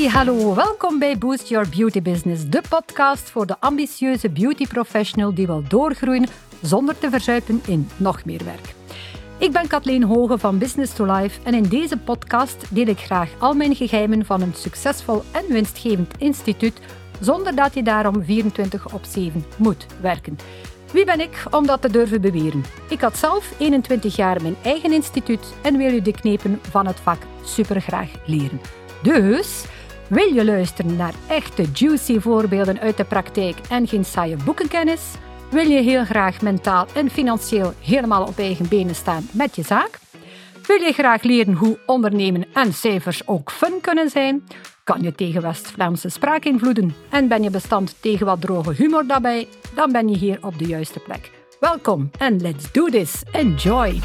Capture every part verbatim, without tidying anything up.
Hey, hallo, welkom bij Boost Your Beauty Business, de podcast voor de ambitieuze beauty professional die wil doorgroeien zonder te verzuipen in nog meer werk. Ik ben Kathleen Hoge van Business to Life en in deze podcast deel ik graag al mijn geheimen van een succesvol en winstgevend instituut, zonder dat je daarom vierentwintig op zeven moet werken. Wie ben ik om dat te durven beweren? Ik had zelf eenentwintig jaar mijn eigen instituut en wil je de knepen van het vak supergraag leren. Dus, wil je luisteren naar echte juicy voorbeelden uit de praktijk en geen saaie boekenkennis? Wil je heel graag mentaal en financieel helemaal op eigen benen staan met je zaak? Wil je graag leren hoe ondernemen en cijfers ook fun kunnen zijn? Kan je tegen West-Vlaamse spraakinvloeden en ben je bestand tegen wat droge humor daarbij? Dan ben je hier op de juiste plek. Welkom en let's do this. Enjoy!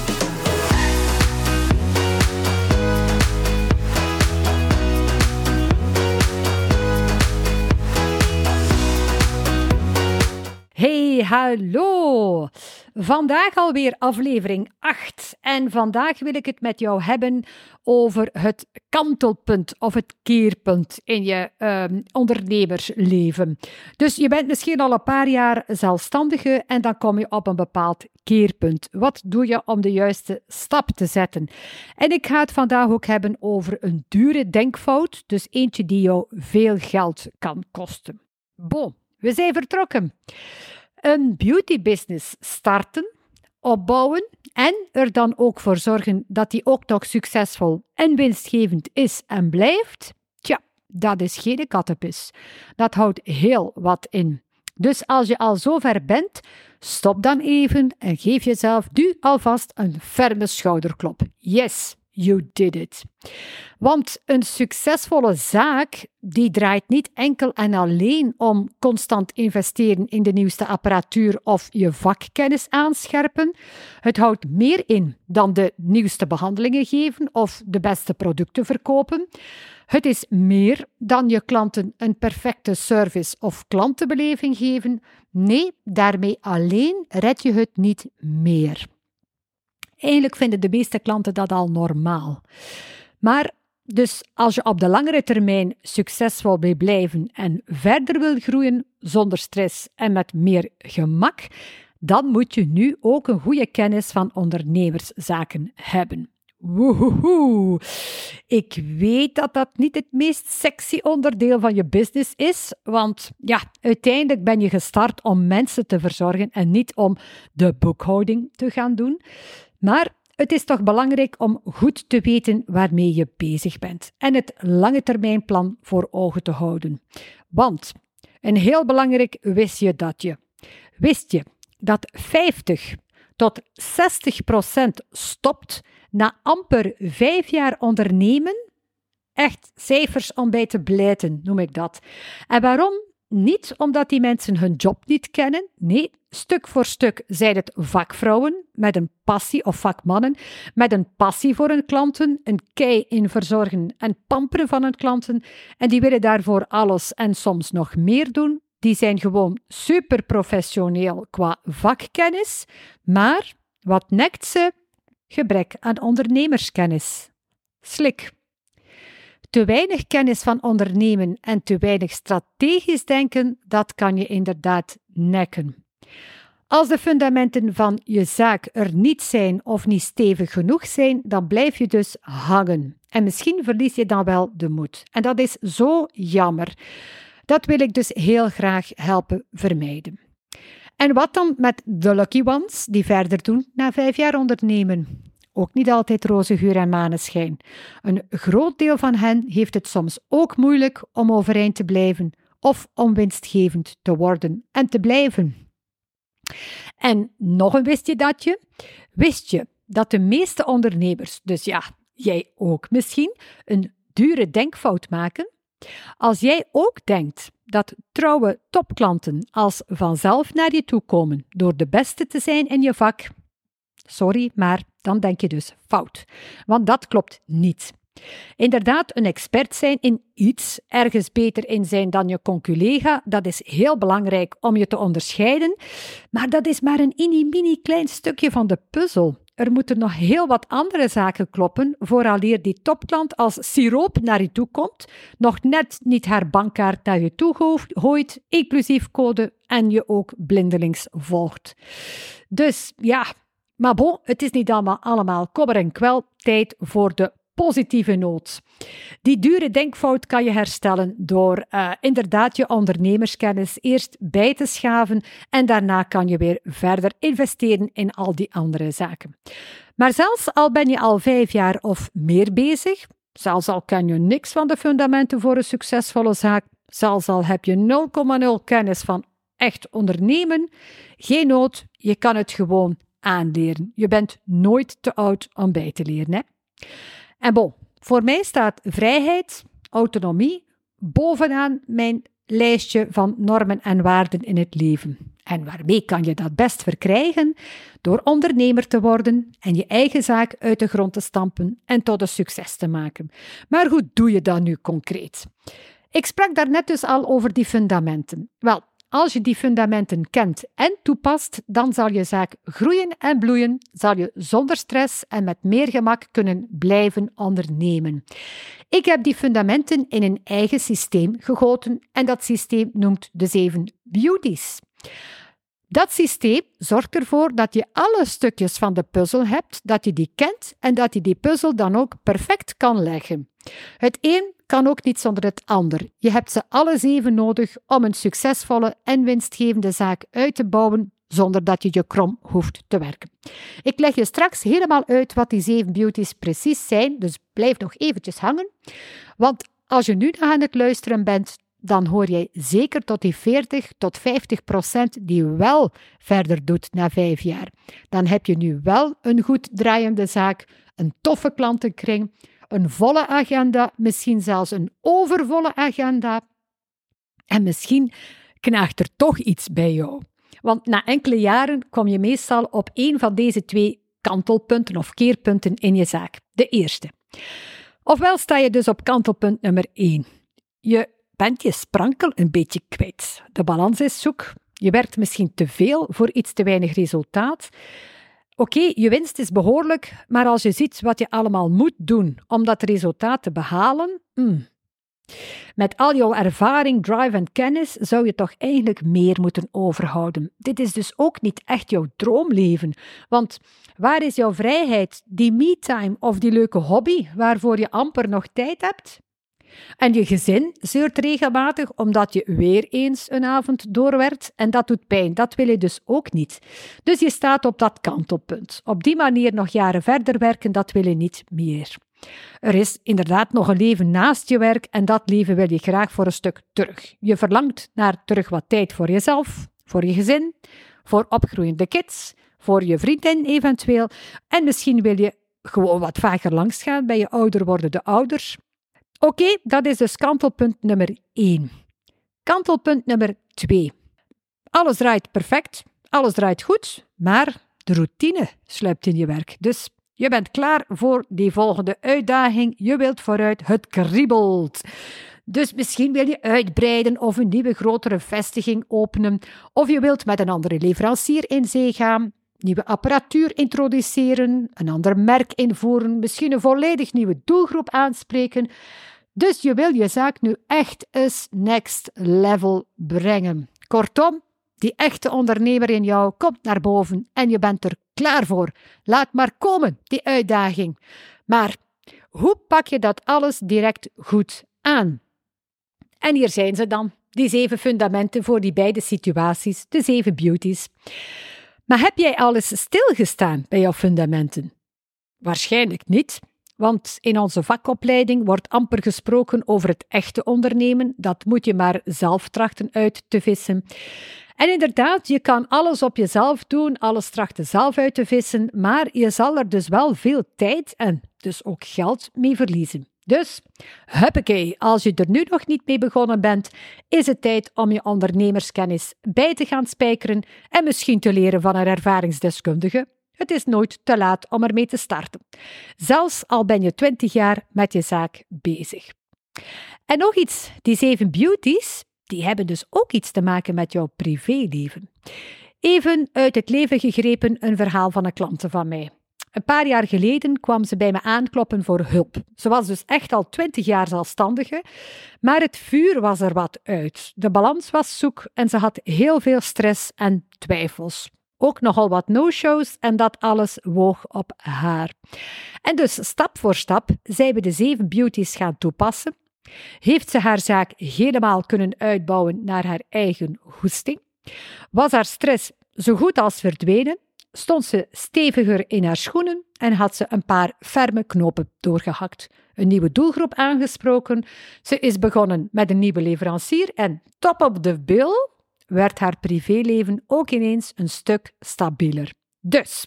Hey, hallo! Vandaag alweer aflevering acht en vandaag wil ik het met jou hebben over het kantelpunt of het keerpunt in je um, ondernemersleven. Dus je bent misschien al een paar jaar zelfstandige en dan kom je op een bepaald keerpunt. Wat doe je om de juiste stap te zetten? En ik ga het vandaag ook hebben over een dure denkfout, dus eentje die jou veel geld kan kosten. Bon. We zijn vertrokken. Een beauty business starten, opbouwen en er dan ook voor zorgen dat die ook nog succesvol en winstgevend is en blijft. Tja, dat is geen kattenpis. Dat houdt heel wat in. Dus als je al zover bent, stop dan even en geef jezelf nu alvast een ferme schouderklop. Yes! You did it. Want een succesvolle zaak, die draait niet enkel en alleen om constant investeren in de nieuwste apparatuur of je vakkennis aanscherpen. Het houdt meer in dan de nieuwste behandelingen geven of de beste producten verkopen. Het is meer dan je klanten een perfecte service of klantenbeleving geven. Nee, daarmee alleen red je het niet meer. Eigenlijk vinden de meeste klanten dat al normaal. Maar dus als je op de langere termijn succesvol wil blijven en verder wil groeien zonder stress en met meer gemak, dan moet je nu ook een goede kennis van ondernemerszaken hebben. Woehoehoe. Ik weet dat dat niet het meest sexy onderdeel van je business is, want ja, uiteindelijk ben je gestart om mensen te verzorgen en niet om de boekhouding te gaan doen. Maar het is toch belangrijk om goed te weten waarmee je bezig bent en het lange termijnplan voor ogen te houden. Want, een heel belangrijk wist je dat je, wist je dat vijftig tot zestig procent stopt na amper vijf jaar ondernemen? Echt cijfers om bij te blijten, noem ik dat. En waarom? Niet omdat die mensen hun job niet kennen. Nee, stuk voor stuk zijn het vakvrouwen met een passie, of vakmannen, met een passie voor hun klanten, een kei in verzorgen en pamperen van hun klanten. En die willen daarvoor alles en soms nog meer doen. Die zijn gewoon super professioneel qua vakkennis. Maar wat nekt ze? Gebrek aan ondernemerskennis. Slik. Te weinig kennis van ondernemen en te weinig strategisch denken, dat kan je inderdaad nekken. Als de fundamenten van je zaak er niet zijn of niet stevig genoeg zijn, dan blijf je dus hangen. En misschien verlies je dan wel de moed. En dat is zo jammer. Dat wil ik dus heel graag helpen vermijden. En wat dan met de lucky ones die verder doen na vijf jaar ondernemen? Ook niet altijd roze geur en maneschijn. Een groot deel van hen heeft het soms ook moeilijk om overeind te blijven of om winstgevend te worden en te blijven. En nog een wist je dat je? Wist je dat de meeste ondernemers, dus ja, jij ook misschien, een dure denkfout maken? Als jij ook denkt dat trouwe topklanten als vanzelf naar je toe komen door de beste te zijn in je vak, sorry, maar dan denk je dus fout. Want dat klopt niet. Inderdaad, een expert zijn in iets, ergens beter in zijn dan je conculega, dat is heel belangrijk om je te onderscheiden, maar dat is maar een mini-mini klein stukje van de puzzel. er moeten nog heel wat andere zaken kloppen vooraleer die topklant als siroop naar je toe komt, nog net niet haar bankkaart naar je toe gooit, inclusief code, en je ook blindelings volgt. Dus ja, maar bon, het is niet allemaal, allemaal kommer en kwel, tijd voor de positieve noot. Die dure denkfout kan je herstellen door uh, inderdaad je ondernemerskennis eerst bij te schaven en daarna kan je weer verder investeren in al die andere zaken. Maar zelfs al ben je al vijf jaar of meer bezig, zelfs al ken je niks van de fundamenten voor een succesvolle zaak, zelfs al heb je nul komma nul kennis van echt ondernemen, geen nood, je kan het gewoon aanleren. Je bent nooit te oud om bij te leren, hè? En bon, voor mij staat vrijheid, autonomie, bovenaan mijn lijstje van normen en waarden in het leven. En waarmee kan je dat best verkrijgen? Door ondernemer te worden en je eigen zaak uit de grond te stampen en tot een succes te maken. Maar hoe doe je dat nu concreet? Ik sprak daarnet dus al over die fundamenten. Wel, als je die fundamenten kent en toepast, dan zal je zaak groeien en bloeien, zal je zonder stress en met meer gemak kunnen blijven ondernemen. Ik heb die fundamenten in een eigen systeem gegoten en dat systeem noemt de zeven beauties. Dat systeem zorgt ervoor dat je alle stukjes van de puzzel hebt, dat je die kent en dat je die puzzel dan ook perfect kan leggen. Het een kan ook niet zonder het ander. Je hebt ze alle zeven nodig om een succesvolle en winstgevende zaak uit te bouwen zonder dat je je krom hoeft te werken. Ik leg je straks helemaal uit wat die zeven beauties precies zijn, dus blijf nog eventjes hangen. Want als je nu nog aan het luisteren bent, dan hoor jij zeker tot die veertig tot vijftig procent die wel verder doet na vijf jaar. Dan heb je nu wel een goed draaiende zaak, een toffe klantenkring, een volle agenda, misschien zelfs een overvolle agenda. En misschien knaagt er toch iets bij jou. Want na enkele jaren kom je meestal op één van deze twee kantelpunten of keerpunten in je zaak. De eerste. Ofwel sta je dus op kantelpunt nummer één. Je bent je sprankel een beetje kwijt. De balans is zoek. Je werkt misschien te veel voor iets te weinig resultaat. Oké, okay, je winst is behoorlijk, maar als je ziet wat je allemaal moet doen om dat resultaat te behalen, hmm, met al jouw ervaring, drive en kennis zou je toch eigenlijk meer moeten overhouden. Dit is dus ook niet echt jouw droomleven, want waar is jouw vrijheid, die me-time of die leuke hobby waarvoor je amper nog tijd hebt? En je gezin zeurt regelmatig omdat je weer eens een avond doorwerkt en dat doet pijn. Dat wil je dus ook niet. Dus je staat op dat kantelpunt. Op die manier nog jaren verder werken, dat wil je niet meer. Er is inderdaad nog een leven naast je werk en dat leven wil je graag voor een stuk terug. Je verlangt naar terug wat tijd voor jezelf, voor je gezin, voor opgroeiende kids, voor je vriendin eventueel. En misschien wil je gewoon wat vaker langsgaan bij je ouder wordende ouders. Oké, okay, dat is dus kantelpunt nummer één. Kantelpunt nummer twee. Alles draait perfect, alles draait goed, maar de routine sluipt in je werk. Dus je bent klaar voor die volgende uitdaging. Je wilt vooruit, het kriebelt. Dus misschien wil je uitbreiden of een nieuwe grotere vestiging openen. Of je wilt met een andere leverancier in zee gaan. Nieuwe apparatuur introduceren, een ander merk invoeren, misschien een volledig nieuwe doelgroep aanspreken. Dus je wil je zaak nu echt eens next level brengen. Kortom, die echte ondernemer in jou komt naar boven en je bent er klaar voor. Laat maar komen, die uitdaging. Maar hoe pak je dat alles direct goed aan? En hier zijn ze dan, die zeven fundamenten voor die beide situaties, de zeven beauties. Maar heb jij al eens stilgestaan bij jouw fundamenten? Waarschijnlijk niet, want in onze vakopleiding wordt amper gesproken over het echte ondernemen. Dat moet je maar zelf trachten uit te vissen. En inderdaad, je kan alles op jezelf doen, alles trachten zelf uit te vissen, maar je zal er dus wel veel tijd en dus ook geld mee verliezen. Dus, huppakee, als je er nu nog niet mee begonnen bent, is het tijd om je ondernemerskennis bij te gaan spijkeren en misschien te leren van een ervaringsdeskundige. Het is nooit te laat om ermee te starten. Zelfs al ben je twintig jaar met je zaak bezig. En nog iets, die zeven beauties, die hebben dus ook iets te maken met jouw privéleven. Even uit het leven gegrepen een verhaal van een klant van mij. Een paar jaar geleden kwam ze bij me aankloppen voor hulp. Ze was dus echt al twintig jaar zelfstandige, maar het vuur was er wat uit. De balans was zoek en ze had heel veel stress en twijfels. Ook nogal wat no-shows en dat alles woog op haar. En dus stap voor stap zijn we de zeven beauties gaan toepassen. Heeft ze haar zaak helemaal kunnen uitbouwen naar haar eigen goesting? Was haar stress zo goed als verdwenen? Stond ze steviger in haar schoenen en had ze een paar ferme knopen doorgehakt. Een nieuwe doelgroep aangesproken. Ze is begonnen met een nieuwe leverancier en top of the bill werd haar privéleven ook ineens een stuk stabieler. Dus,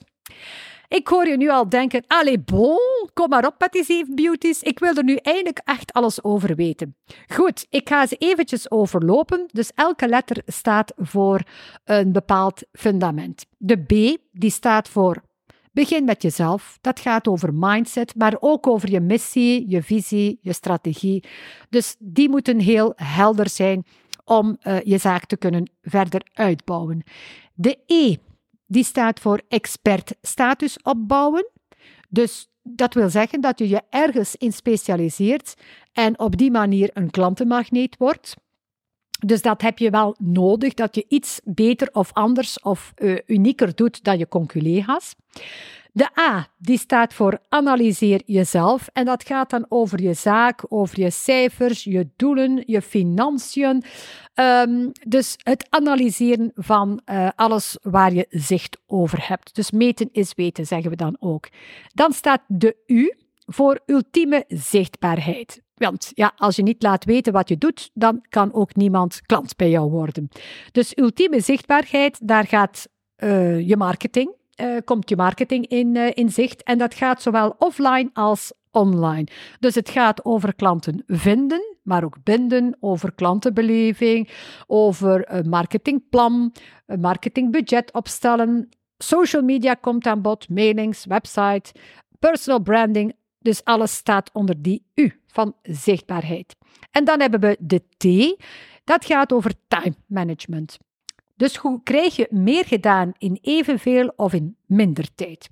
ik hoor je nu al denken, allez bon, kom maar op met die zeven beauties. Ik wil er nu eindelijk echt alles over weten. Goed, ik ga ze eventjes overlopen. Dus elke letter staat voor een bepaald fundament. De B, die staat voor begin met jezelf. Dat gaat over mindset, maar ook over je missie, je visie, je strategie. Dus die moeten heel helder zijn om uh, je zaak te kunnen verder uitbouwen. De E, die staat voor expertstatus opbouwen. Dus dat wil zeggen dat je je ergens in specialiseert en op die manier een klantenmagneet wordt. Dus dat heb je wel nodig, dat je iets beter of anders of uh, unieker doet dan je conculega's. De A, die staat voor analyseer jezelf en dat gaat dan over je zaak, over je cijfers, je doelen, je financiën. Um, dus het analyseren van uh, alles waar je zicht over hebt. Dus meten is weten, zeggen we dan ook. Dan staat de U voor ultieme zichtbaarheid. Want ja, als je niet laat weten wat je doet, dan kan ook niemand klant bij jou worden. Dus ultieme zichtbaarheid, daar gaat uh, je marketing. Uh, komt je marketing in, uh, in zicht. En dat gaat zowel offline als online. Dus het gaat over klanten vinden, maar ook binden, over klantenbeleving, over een marketingplan, een marketingbudget opstellen. Social media komt aan bod, mailings, website, personal branding. Dus alles staat onder die U van zichtbaarheid. En dan hebben we de T. Dat gaat over time management. Dus hoe krijg je meer gedaan in evenveel of in minder tijd?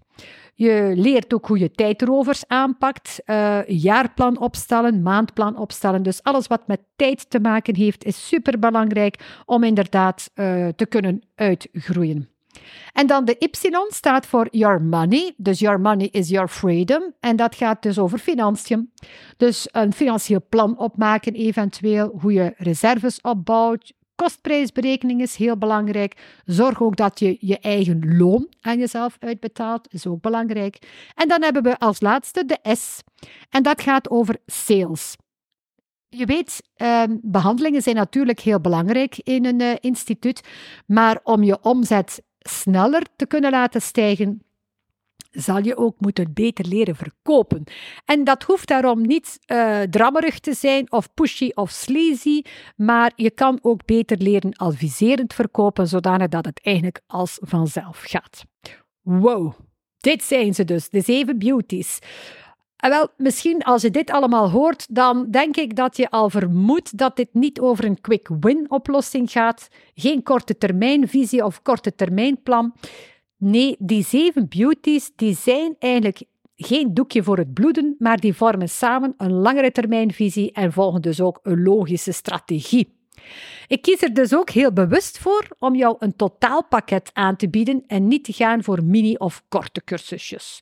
Je leert ook hoe je tijdrovers aanpakt, uh, jaarplan opstellen, maandplan opstellen. Dus alles wat met tijd te maken heeft, is superbelangrijk om inderdaad uh, te kunnen uitgroeien. En dan de Y staat voor your money. Dus your money is your freedom. En dat gaat dus over financiën. Dus een financieel plan opmaken eventueel, hoe je reserves opbouwt. Kostprijsberekening is heel belangrijk. Zorg ook dat je je eigen loon aan jezelf uitbetaalt, is ook belangrijk. En dan hebben we als laatste de S. En dat gaat over sales. Je weet, eh, behandelingen zijn natuurlijk heel belangrijk in een uh, instituut, maar om je omzet sneller te kunnen laten stijgen, zal je ook moeten beter leren verkopen. En dat hoeft daarom niet uh, drammerig te zijn of pushy of sleazy, maar je kan ook beter leren adviserend verkopen, zodanig dat het eigenlijk als vanzelf gaat. Wow, dit zijn ze dus, de zeven beauties. En wel, misschien als je dit allemaal hoort, dan denk ik dat je al vermoedt dat dit niet over een quick win oplossing gaat, geen korte termijn visie of korte termijn plan. Nee, die zeven beauties, die zijn eigenlijk geen doekje voor het bloeden, maar die vormen samen een langere termijnvisie en volgen dus ook een logische strategie. Ik kies er dus ook heel bewust voor om jou een totaalpakket aan te bieden en niet te gaan voor mini- of korte cursusjes.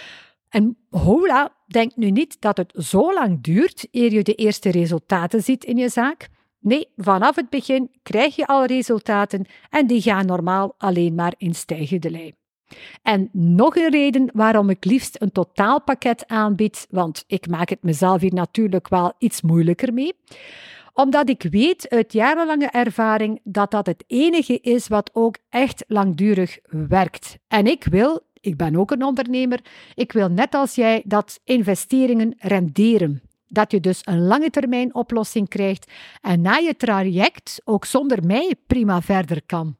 En hola, denk nu niet dat het zo lang duurt eer je de eerste resultaten ziet in je zaak. Nee, vanaf het begin krijg je al resultaten en die gaan normaal alleen maar in stijgende lijn. En nog een reden waarom ik liefst een totaalpakket aanbied, want ik maak het mezelf hier natuurlijk wel iets moeilijker mee, omdat ik weet uit jarenlange ervaring dat dat het enige is wat ook echt langdurig werkt. En ik wil, ik ben ook een ondernemer, ik wil net als jij dat investeringen renderen. Dat je dus een lange termijn oplossing krijgt en na je traject ook zonder mij prima verder kan.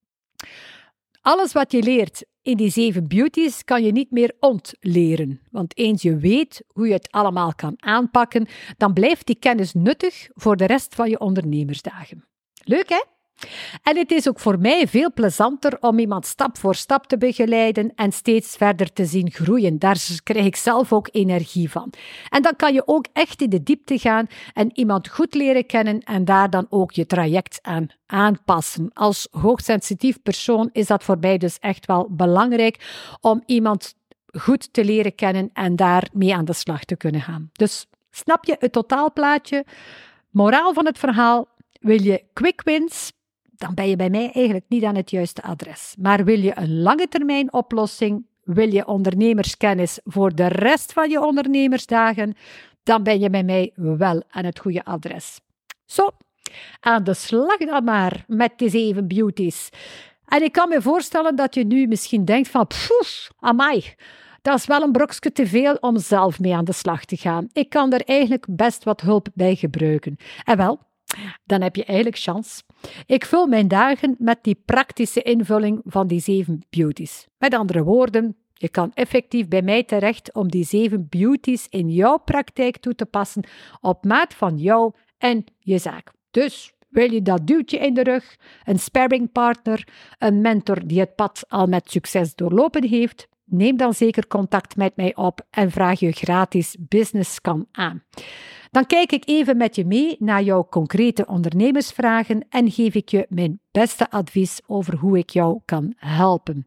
Alles wat je leert in die zeven beauties kan je niet meer ontleren. Want eens je weet hoe je het allemaal kan aanpakken, dan blijft die kennis nuttig voor de rest van je ondernemersdagen. Leuk, hè? En het is ook voor mij veel plezanter om iemand stap voor stap te begeleiden en steeds verder te zien groeien. Daar krijg ik zelf ook energie van. En dan kan je ook echt in de diepte gaan en iemand goed leren kennen en daar dan ook je traject aan aanpassen. Als hoogsensitief persoon is dat voor mij dus echt wel belangrijk om iemand goed te leren kennen en daarmee aan de slag te kunnen gaan. Dus snap je het totaalplaatje? Moraal van het verhaal: wil je quick wins? Dan ben je bij mij eigenlijk niet aan het juiste adres. Maar wil je een lange termijn oplossing, wil je ondernemerskennis voor de rest van je ondernemersdagen, dan ben je bij mij wel aan het goede adres. Zo, aan de slag dan maar met die zeven beauties. En ik kan me voorstellen dat je nu misschien denkt van, pff, amai, dat is wel een brokje te veel om zelf mee aan de slag te gaan. Ik kan er eigenlijk best wat hulp bij gebruiken. En wel, dan heb je eigenlijk chance. Ik vul mijn dagen met die praktische invulling van die zeven beauties. Met andere woorden, je kan effectief bij mij terecht om die zeven beauties in jouw praktijk toe te passen op maat van jou en je zaak. Dus wil je dat duwtje in de rug, een sparringpartner, een mentor die het pad al met succes doorlopen heeft, neem dan zeker contact met mij op en vraag je gratis businessscan aan. Dan kijk ik even met je mee naar jouw concrete ondernemersvragen en geef ik je mijn beste advies over hoe ik jou kan helpen.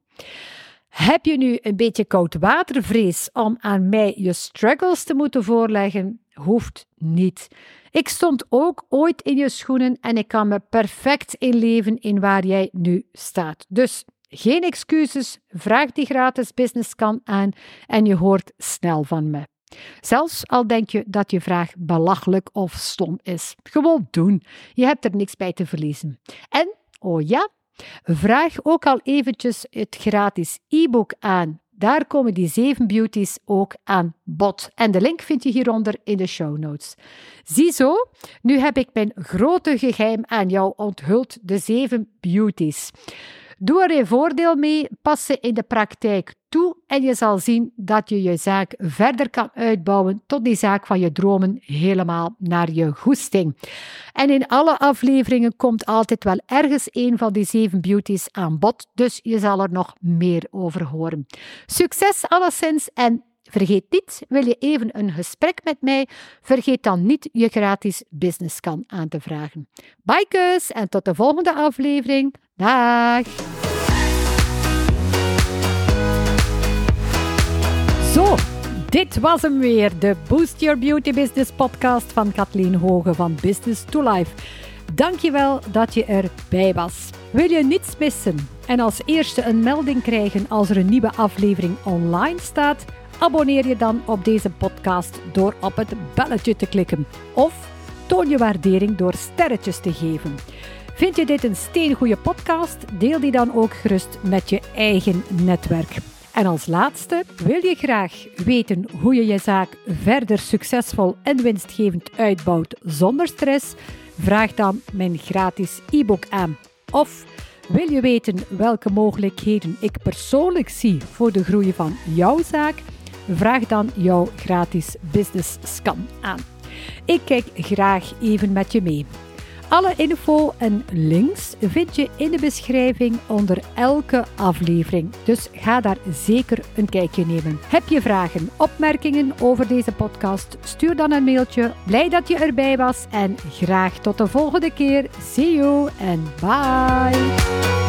Heb je nu een beetje koudwatervrees om aan mij je struggles te moeten voorleggen? Hoeft niet. Ik stond ook ooit in je schoenen en ik kan me perfect inleven in waar jij nu staat. Dus geen excuses, vraag die gratis businessscan aan en je hoort snel van me. Zelfs al denk je dat je vraag belachelijk of stom is. Gewoon doen. Je hebt er niks bij te verliezen. En, oh ja, vraag ook al eventjes het gratis e-book aan. Daar komen die zeven beauties ook aan bod. En de link vind je hieronder in de show notes. Ziezo, nu heb ik mijn grote geheim aan jou onthuld, de zeven beauties. Doe er een voordeel mee, pas ze in de praktijk toe en je zal zien dat je je zaak verder kan uitbouwen tot die zaak van je dromen helemaal naar je goesting. En in alle afleveringen komt altijd wel ergens een van die zeven beauties aan bod, dus je zal er nog meer over horen. Succes alleszins en vergeet niet, wil je even een gesprek met mij, vergeet dan niet je gratis businessscan aan te vragen. Bye kus en tot de volgende aflevering. Dag! Zo, dit was hem weer, de Boost Your Beauty Business podcast van Kathleen Hoge van Business to Life. Dankjewel dat je erbij was. Wil je niets missen en als eerste een melding krijgen als er een nieuwe aflevering online staat? Abonneer je dan op deze podcast door op het belletje te klikken. Of toon je waardering door sterretjes te geven. Vind je dit een steengoeie podcast? Deel die dan ook gerust met je eigen netwerk. En als laatste, wil je graag weten hoe je je zaak verder succesvol en winstgevend uitbouwt zonder stress? Vraag dan mijn gratis e-book aan. Of wil je weten welke mogelijkheden ik persoonlijk zie voor de groei van jouw zaak? Vraag dan jouw gratis businessscan aan. Ik kijk graag even met je mee. Alle info en links vind je in de beschrijving onder elke aflevering. Dus ga daar zeker een kijkje nemen. Heb je vragen, opmerkingen over deze podcast? Stuur dan een mailtje. Blij dat je erbij was en graag tot de volgende keer. See you en bye!